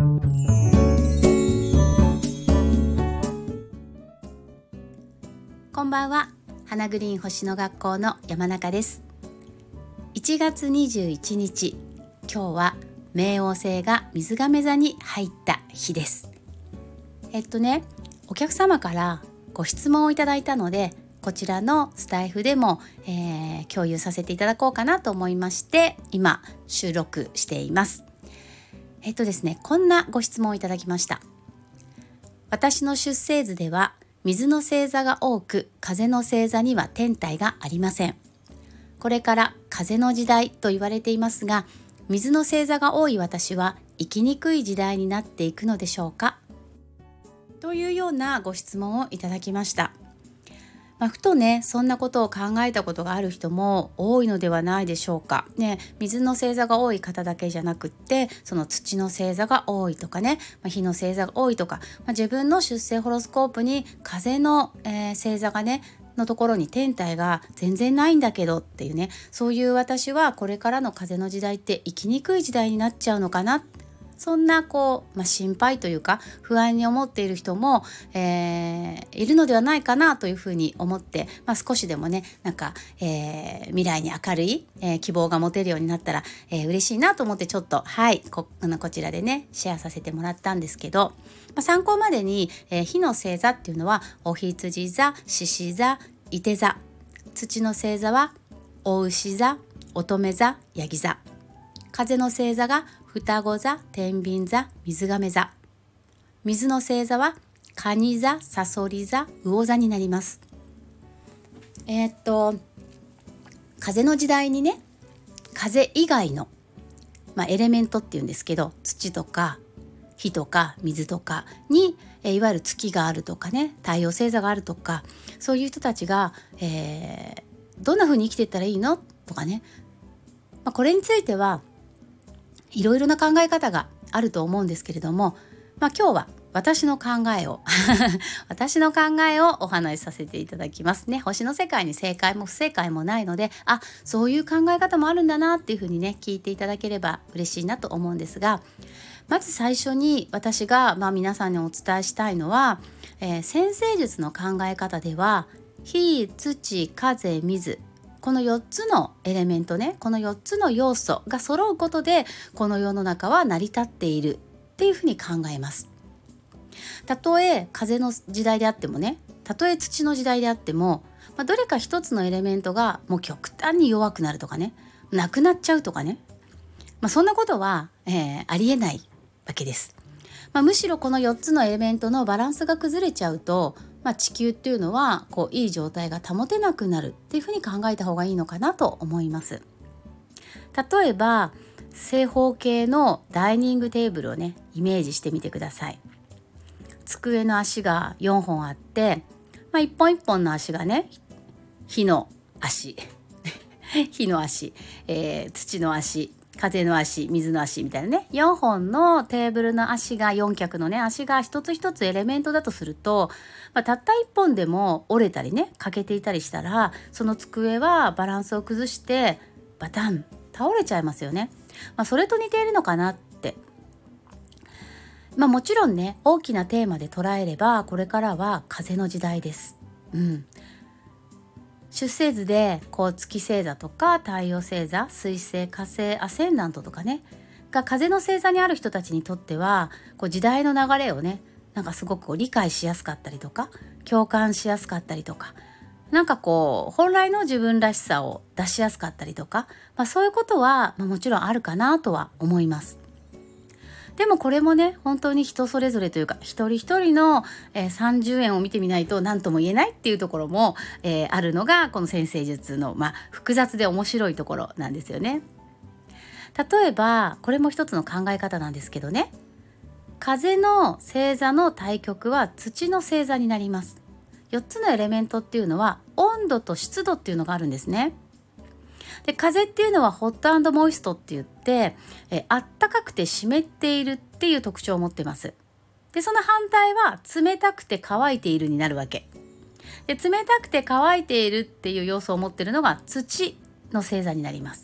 こんばんは。花グリーン星の学校の山中です。1月21日、今日は冥王星が水亀座に入った日です。お客様からご質問をいただいたので、こちらのスタイフでも、共有させていただこうかなと思いまして、今収録しています。こんなご質問をいただきました。私の出生図では水の星座が多く、風の星座には天体がありません。これから風の時代と言われていますが、水の星座が多い私は生きにくい時代になっていくのでしょうか、というようなご質問をいただきました。ふとね、そんなことを考えたことがある人も多いのではないでしょうか。水の星座が多い方だけじゃなくって、その土の星座が多いとかね、火の星座が多いとか、自分の出生ホロスコープに風の、星座がねのところに天体が全然ないんだけどっていうね、そういう私はこれからの風の時代って生きにくい時代になっちゃうのかな、そんな心配というか不安に思っている人も、いるのではないかなというふうに思って、少しでもね未来に明るい、希望が持てるようになったら、嬉しいなと思ってちょっとこちらでねシェアさせてもらったんですけど、参考までに、火の星座っていうのはお羊座、獅子座、射手座、土の星座はお牛座、乙女座、ヤギ座、風の星座が双子座、天秤座、水亀座、水の星座は蟹座、さそり座、魚座になります。風の時代にね、風以外の、エレメントっていうんですけど、土とか火とか水とかに、いわゆる月があるとかね、太陽星座があるとか、そういう人たちが、どんな風に生きていったらいいのとかね、これについてはいろいろな考え方があると思うんですけれども、今日は私の考えをお話しさせていただきますね。星の世界に正解も不正解もないので、そういう考え方もあるんだなっていうふうにね聞いていただければ嬉しいなと思うんですが、まず最初に私が皆さんにお伝えしたいのは、占星術の考え方では火、土、風、水、この4つのエレメントね、この4つの要素が揃うことでこの世の中は成り立っているっていうふうに考えます。たとえ風の時代であってもね、たとえ土の時代であっても、どれか一つのエレメントがもう極端に弱くなるとかね、なくなっちゃうとかね、そんなことは、ありえないわけです。むしろこの4つのエレメントのバランスが崩れちゃうと、地球っていうのはいい状態が保てなくなるっていうふうに考えた方がいいのかなと思います。例えば正方形のダイニングテーブルをねイメージしてみてください。机の足が4本あって、一本一本の足がね、火の足火の足、土の足、風の足、水の足みたいなね、4本のテーブルの足が、4脚のね足が一つ一つエレメントだとすると、たった1本でも折れたりね欠けていたりしたら、その机はバランスを崩してバタン倒れちゃいますよね。それと似ているのかなって。もちろんね大きなテーマで捉えればこれからは風の時代です。出生図で月星座とか太陽星座、水星、火星、アセンダントとかねが風の星座にある人たちにとっては時代の流れをねすごく理解しやすかったりとか、共感しやすかったりとか、本来の自分らしさを出しやすかったりとか、そういうことは、もちろんあるかなとは思います。でもこれもね本当に人それぞれというか、一人一人の、30円を見てみないと何とも言えないっていうところも、あるのがこの占星術の、複雑で面白いところなんですよね。例えばこれも一つの考え方なんですけどね、風の星座の対極は土の星座になります。4つのエレメントっていうのは温度と湿度っていうのがあるんですね。で風っていうのはホット&モイストって言って、あったかくて湿っているっていう特徴を持ってます。でその反対は冷たくて乾いているになるわけで、冷たくて乾いているっていう要素を持っているのが土の星座になります。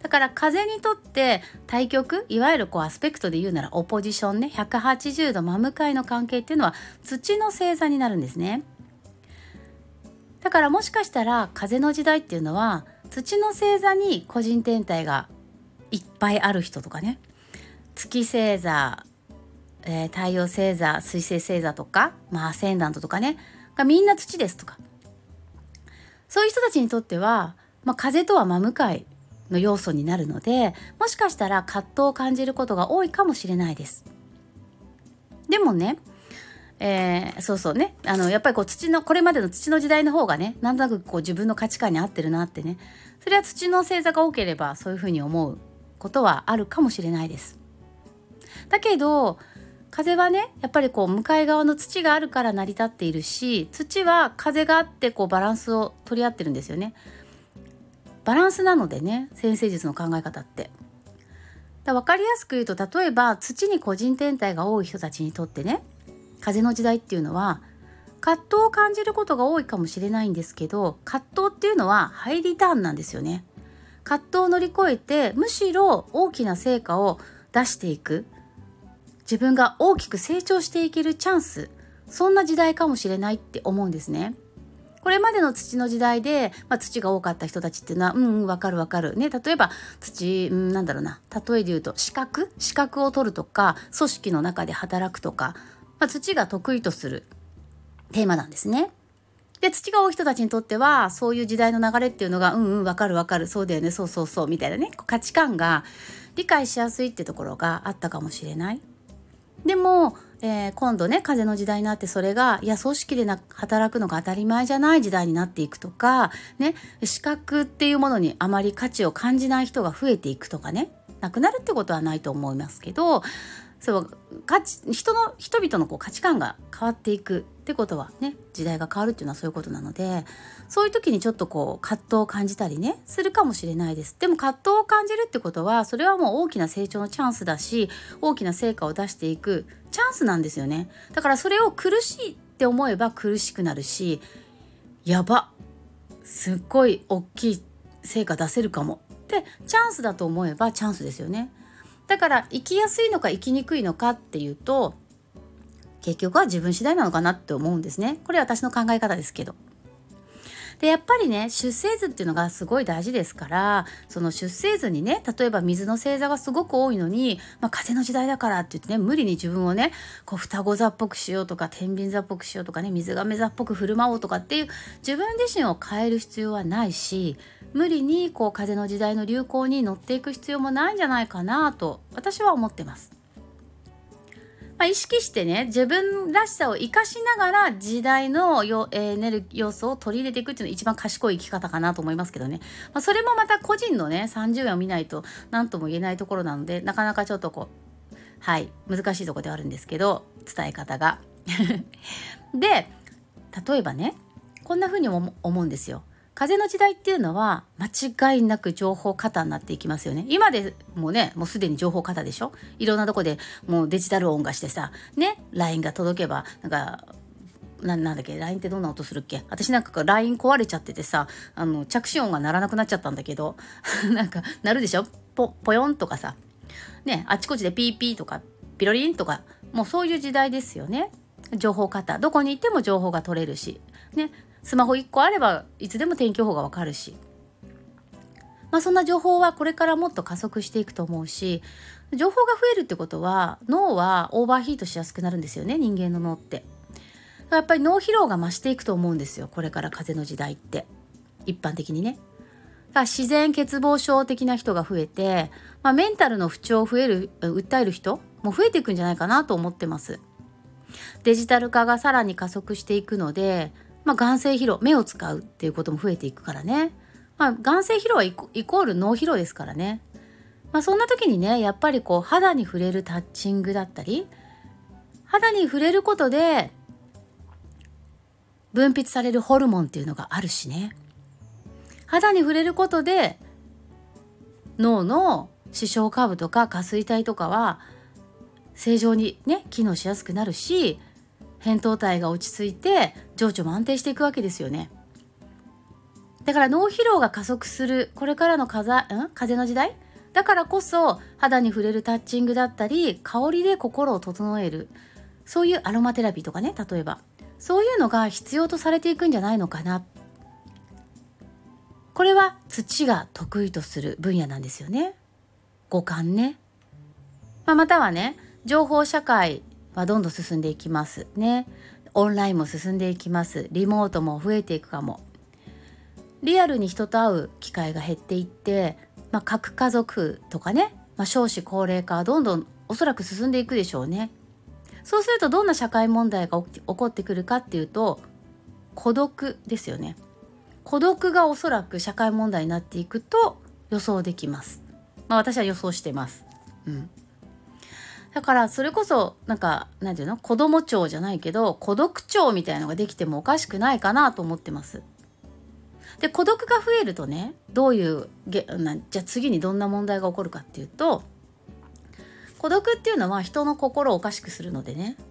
だから風にとって対極、いわゆるアスペクトで言うならオポジションね、180度真向かいの関係っていうのは土の星座になるんですね。だからもしかしたら風の時代っていうのは土の星座に個人天体がいっぱいある人とかね、月星座、太陽星座、水星星座とか、アセンダントとかねがみんな土ですとか、そういう人たちにとっては、風とは真向かいの要素になるので、もしかしたら葛藤を感じることが多いかもしれないです。でもね、そうそうね、やっぱりこれまでの土の時代の方がね、なんとなく自分の価値観に合ってるなってね、それは土の星座が多ければそういうふうに思うことはあるかもしれないです。だけど風はね、やっぱり向かい側の土があるから成り立っているし、土は風があってバランスを取り合ってるんですよね。バランスなのでね、占星術の考え方って。分かりやすく言うと、例えば土に個人天体が多い人たちにとってね、風の時代っていうのは葛藤を感じることが多いかもしれないんですけど、葛藤っていうのはハイリターンなんですよね。葛藤を乗り越えて、むしろ大きな成果を出していく、自分が大きく成長していけるチャンス、そんな時代かもしれないって思うんですね。これまでの土の時代で、土が多かった人たちっていうのは、わかるわかるね。例えば土、なんだろうな、例えで言うと資格を取るとか、組織の中で働くとか、土が得意とするテーマなんですね。で、土が多い人たちにとってはそういう時代の流れっていうのが、わかるわかる、そうだよね、そうそうそうみたいなね、価値観が理解しやすいってところがあったかもしれない。でも、今度ね、風の時代になって、それが組織で働くのが当たり前じゃない時代になっていくとかね、資格っていうものにあまり価値を感じない人が増えていくとかね、なくなるってことはないと思いますけど、人々の価値観が変わっていくってことはね、時代が変わるっていうのはそういうことなので、そういう時にちょっと葛藤を感じたりねするかもしれないです。でも葛藤を感じるってことは、それはもう大きな成長のチャンスだし、大きな成果を出していくチャンスなんですよね。だからそれを苦しいって思えば苦しくなるし、すっごい大きい成果出せるかもってチャンスだと思えばチャンスですよね。だから生きやすいのか生きにくいのかっていうと、結局は自分次第なのかなって思うんですね。これは私の考え方ですけど。で、やっぱりね、出生図っていうのがすごい大事ですから、その出生図にね、例えば水の星座がすごく多いのに、風の時代だからって言ってね、無理に自分をね、双子座っぽくしようとか、天秤座っぽくしようとかね、水亀座っぽく振る舞おうとかっていう自分自身を変える必要はないし、無理に風の時代の流行に乗っていく必要もないんじゃないかなと私は思ってます。意識してね、自分らしさを生かしながら時代の要素を取り入れていくっていうのが一番賢い生き方かなと思いますけどね。それもまた個人のね30年を見ないと何とも言えないところなので、なかなかちょっと難しいところではあるんですけど、伝え方がで、例えばね、こんな風に思うんですよ。風の時代っていうのは間違いなく情報過多になっていきますよね。今でもね、もうすでに情報過多でしょ。いろんなとこでもうデジタル音がしてさ、ね、LINE が届けばなんだっけ、 LINE ってどんな音するっけ。私LINE 壊れちゃっててさ、着信音が鳴らなくなっちゃったんだけど鳴るでしょ。ポヨンとかさね、あちこちでピーピーとかピロリンとか、もうそういう時代ですよね。情報過多、どこにいても情報が取れるしね、スマホ1個あればいつでも天気予報がわかるし、そんな情報はこれからもっと加速していくと思うし、情報が増えるってことは脳はオーバーヒートしやすくなるんですよね、人間の脳って。やっぱり脳疲労が増していくと思うんですよ、これから風の時代って。一般的にね、自然欠乏症的な人が増えて、メンタルの不調を訴える人も増えていくんじゃないかなと思ってます。デジタル化がさらに加速していくので、眼性疲労、目を使うっていうことも増えていくからね。眼性疲労はイコール脳疲労ですからね。そんな時にね、やっぱり肌に触れるタッチングだったり、肌に触れることで分泌されるホルモンっていうのがあるしね。肌に触れることで脳の視床下部とか下垂体とかは正常にね機能しやすくなるし、扁桃体が落ち着いて情緒も安定していくわけですよね。 だから脳疲労が加速するこれからの風の時代だからこそ、肌に触れるタッチングだったり香りで心を整える、そういうアロマテラピーとかね、例えばそういうのが必要とされていくんじゃないのかな。これは土が得意とする分野なんですよね。五感ね。またはね、情報社会はどんどん進んでいきますね。オンラインも進んでいきます。リモートも増えていくかも。リアルに人と会う機会が減っていって、核家族とかね、少子高齢化はどんどんおそらく進んでいくでしょうね。そうするとどんな社会問題が起こってくるかっていうと、孤独ですよね。孤独がおそらく社会問題になっていくと予想できます。私は予想してます。だからそれこそなんていうの、子供庁じゃないけど孤独庁みたいなのができてもおかしくないかなと思ってます。で、孤独が増えるとね、どういうじゃあ次にどんな問題が起こるかっていうと、孤独っていうのは人の心をおかしくするのでね、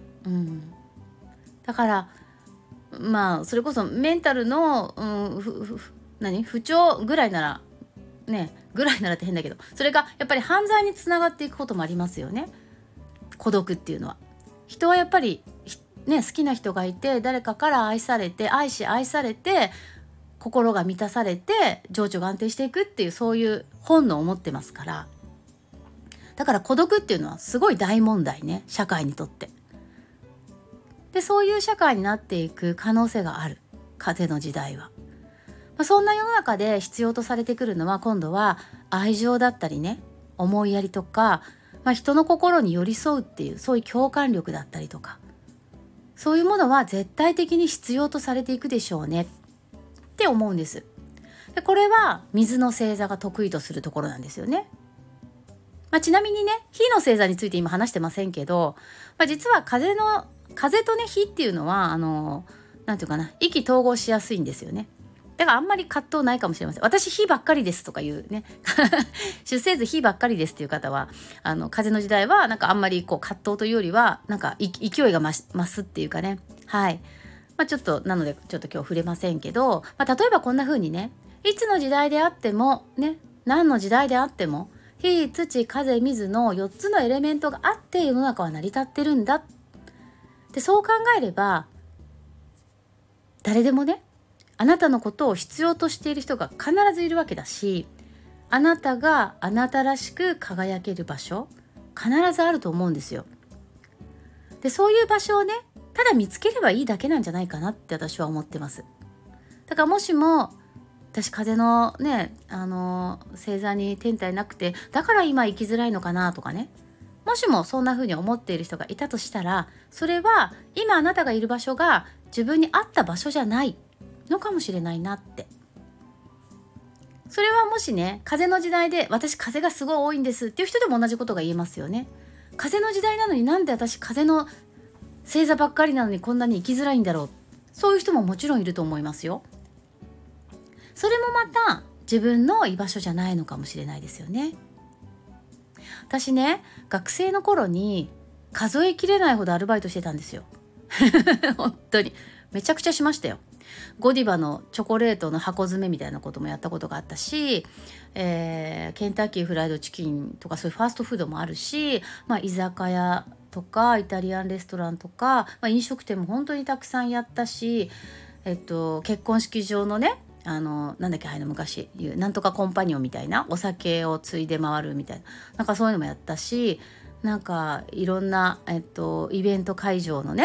だからそれこそメンタルの、不調ぐらいならね、ぐらいならって変だけど、それがやっぱり犯罪につながっていくこともありますよね。孤独っていうのは、人はやっぱりね、好きな人がいて、誰かから愛されて、愛されて、心が満たされて情緒が安定していくっていう、そういう本能を持ってますから。だから孤独っていうのはすごい大問題ね、社会にとって。で、そういう社会になっていく可能性がある、風の時代は。そんな世の中で必要とされてくるのは、今度は愛情だったりね、思いやりとか、人の心に寄り添うっていう、そういう共感力だったりとか、そういうものは絶対的に必要とされていくでしょうねって思うんです。で、これは水の星座が得意とするところなんですよね。ちなみにね、火の星座について今話してませんけど、実は風とね、火っていうのはなんていうかな、意気投合しやすいんですよね。だからあんまり葛藤ないかもしれません。私火ばっかりですとかいうね出生図火ばっかりですっていう方は、風の時代はあんまり葛藤というよりは勢いが増すっていうかね。はい。ちょっとなのでちょっと今日触れませんけど、例えばこんな風にね、いつの時代であってもね、何の時代であっても火、土、風、水の4つのエレメントがあって世の中は成り立ってるんだ。で、そう考えれば誰でもね、あなたのことを必要としている人が必ずいるわけだし、あなたがあなたらしく輝ける場所必ずあると思うんですよ。で、そういう場所をね、ただ見つければいいだけなんじゃないかなって私は思ってます。だからもしも私風のね、星座に天体なくて、だから今生きづらいのかなとかね、もしもそんな風に思っている人がいたとしたら、それは今あなたがいる場所が自分に合った場所じゃないのかもしれないなって。それはもしね、風の時代で私風がすごい多いんですっていう人でも同じことが言えますよね。風の時代なのになんで私風の星座ばっかりなのにこんなに生きづらいんだろう、そういう人ももちろんいると思いますよ。それもまた自分の居場所じゃないのかもしれないですよね。私ね、学生の頃に数えきれないほどアルバイトしてたんですよ本当にめちゃくちゃしましたよ。ゴディバのチョコレートの箱詰めみたいなこともやったことがあったし、ケンタッキーフライドチキンとかそういうファーストフードもあるし、居酒屋とかイタリアンレストランとか、飲食店も本当にたくさんやったし、結婚式場のね、なんだっけ、昔言うなんとかコンパニオンみたいなお酒をついで回るみたいな、そういうのもやったし、いろんな、イベント会場のね、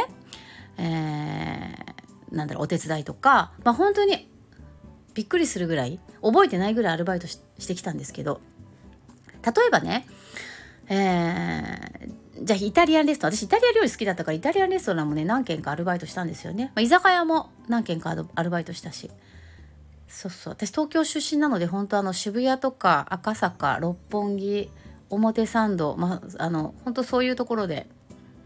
お手伝いとか、本当にびっくりするぐらい、覚えてないぐらいアルバイト してきたんですけど、例えばね、じゃあイタリアンレストラン、私イタリア料理好きだったからイタリアンレストランもね何軒かアルバイトしたんですよね。居酒屋も何軒かアルバイトしたし、そうそう、私東京出身なので本当渋谷とか赤坂、六本木、表参道、本当そういうところで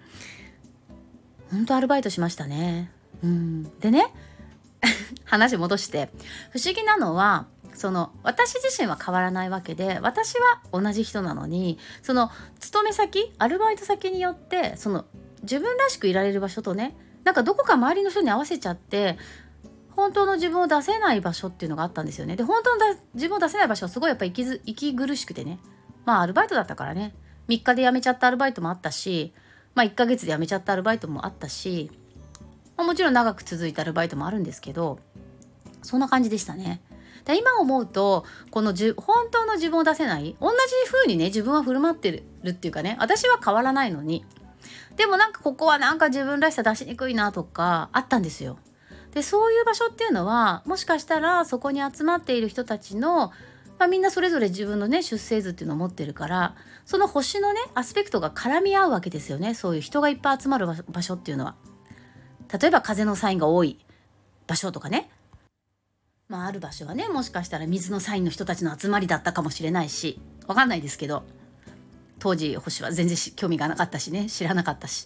本当アルバイトしましたね。でね話戻して、不思議なのは私自身は変わらないわけで、私は同じ人なのに、勤め先、アルバイト先によって自分らしくいられる場所とね、どこか周りの人に合わせちゃって本当の自分を出せない場所っていうのがあったんですよね。で本当の自分を出せない場所はすごいやっぱり息苦しくてね、アルバイトだったからね、3日で辞めちゃったアルバイトもあったし、1ヶ月で辞めちゃったアルバイトもあったし、もちろん長く続いたアルバイトもあるんですけど、そんな感じでしたね。で今思うとこの本当の自分を出せない、同じ風にね自分は振る舞ってるっていうかね、私は変わらないのに、でもここは自分らしさ出しにくいなとかあったんですよ。でそういう場所っていうのはもしかしたらそこに集まっている人たちの、みんなそれぞれ自分のね出生図っていうのを持ってるから、その星のねアスペクトが絡み合うわけですよね。そういう人がいっぱい集まる場所っていうのは、例えば風のサインが多い場所とかね、ある場所はねもしかしたら水のサインの人たちの集まりだったかもしれないし、わかんないですけど、当時星は全然興味がなかったしね、知らなかったし。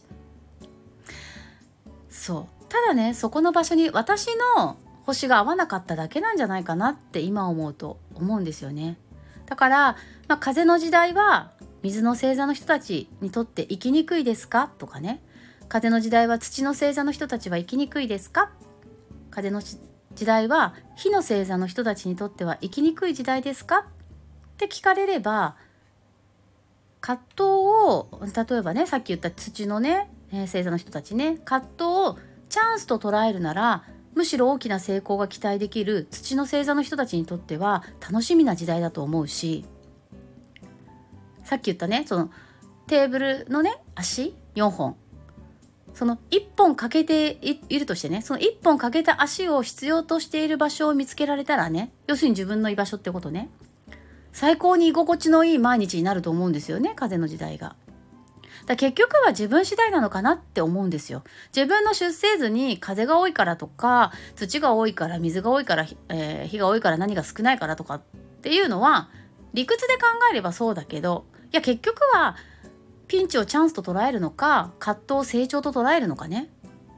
そうただね、そこの場所に私の星が合わなかっただけなんじゃないかなって今思うと思うんですよね。だから、風の時代は水の星座の人たちにとって生きにくいですかとかね、風の時代は土の星座の人たちは生きにくいですか、風の時代は火の星座の人たちにとっては生きにくい時代ですかって聞かれれば、葛藤を、例えばねさっき言った土のね星座の人たちね、葛藤をチャンスと捉えるなら、むしろ大きな成功が期待できる土の星座の人たちにとっては楽しみな時代だと思うし、さっき言ったねそのテーブルのね足4本、その1本欠けているとしてね、その1本欠けた足を必要としている場所を見つけられたらね、要するに自分の居場所ってことね、最高に居心地のいい毎日になると思うんですよね、風の時代が。結局は自分次第なのかなって思うんですよ。自分の出生図に風が多いからとか、土が多いから水が多いから、火が多いから何が少ないからとかっていうのは理屈で考えればそうだけど、いや結局はピンチをチャンスと捉えるのか、葛藤を成長と捉えるのかね、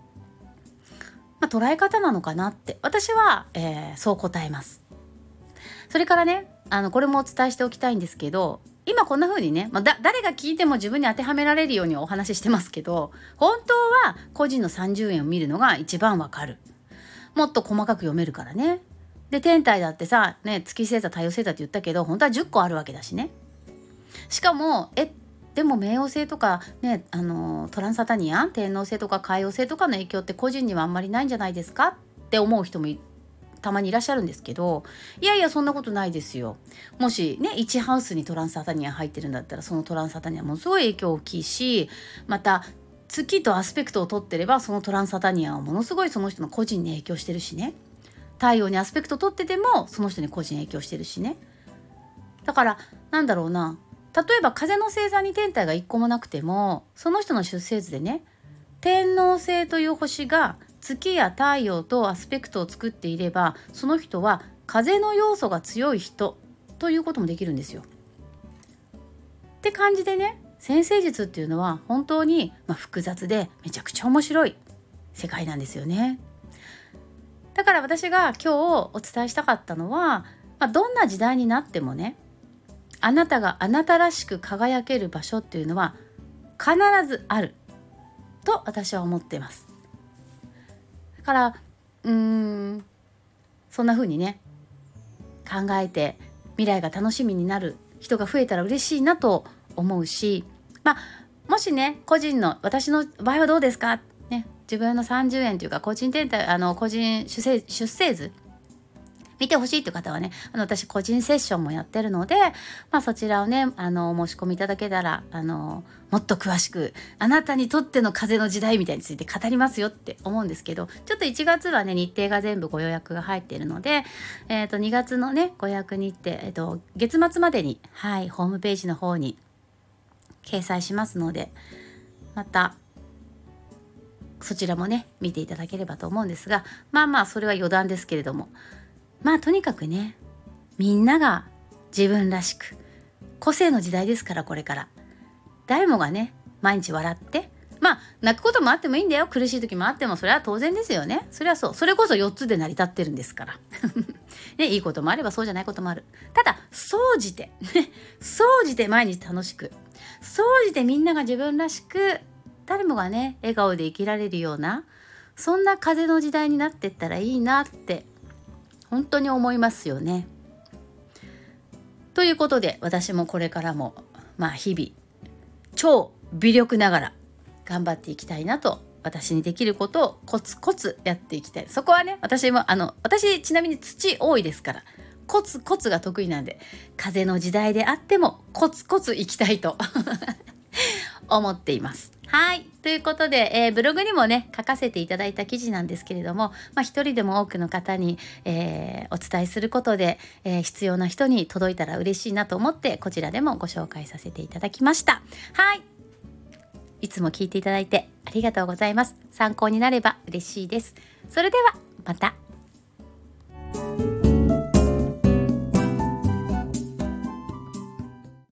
捉え方なのかなって私は、そう答えます。それからねこれもお伝えしておきたいんですけど、今こんな風にね、誰が聞いても自分に当てはめられるようにお話ししてますけど、本当は個人の30円を見るのが一番わかる。もっと細かく読めるからね。で天体だってさ、月星座太陽星座って言ったけど本当は10個あるわけだしね。しかもでも冥王星とかね、トランサタニアン天王星とか海王星とかの影響って個人にはあんまりないんじゃないですかって思う人もたまにいらっしゃるんですけど、いやいやそんなことないですよ。もしね1ハウスにトランサタニアン入ってるんだったら、そのトランサタニアンもすごい影響大きいし、また月とアスペクトを取ってればそのトランサタニアンはものすごいその人の個人に影響してるしね、太陽にアスペクト取っててもその人に個人影響してるしね。だから例えば風の星座に天体が1個もなくても、その人の出生図でね天王星という星が月や太陽とアスペクトを作っていれば、その人は風の要素が強い人ということもできるんですよ。って感じでね、占星術っていうのは本当に複雑でめちゃくちゃ面白い世界なんですよね。だから私が今日お伝えしたかったのは、どんな時代になってもね、あなたがあなたらしく輝ける場所っていうのは必ずあると私は思っています。だからそんな風にね考えて未来が楽しみになる人が増えたら嬉しいなと思うし、もしね個人の私の場合はどうですかね、自分の30円というか個人天体個人出生図見てほしいという方はね、私個人セッションもやってるので、そちらをねお申し込みいただけたらもっと詳しくあなたにとっての風の時代みたいについて語りますよって思うんですけど、ちょっと1月はね日程が全部ご予約が入っているので、2月のねご予約日程、月末までにホームページの方に掲載しますので、またそちらもね見ていただければと思うんですが、それは余談ですけれども、とにかくねみんなが自分らしく、個性の時代ですから、これから誰もがね毎日笑って、泣くこともあってもいいんだよ、苦しい時もあっても、それは当然ですよね。それはそう、それこそ4つで成り立ってるんですからね、いいこともあればそうじゃないこともある。ただ総じて毎日楽しく、総じてみんなが自分らしく、誰もがね笑顔で生きられるような、 そんな風の時代になってったらいいなって本当に思いますよね。ということで私もこれからも日々超微力ながら頑張っていきたいなと、私にできることをコツコツやっていきたい。そこはね、私ちなみに土多いですからコツコツが得意なんで、風の時代であってもコツコツいきたいと思っています。はい、ということで、ブログにもね書かせていただいた記事なんですけれども、一人でも多くの方に、お伝えすることで、必要な人に届いたら嬉しいなと思ってこちらでもご紹介させていただきました。はい、いつも聞いていただいてありがとうございます。参考になれば嬉しいです。それではまた。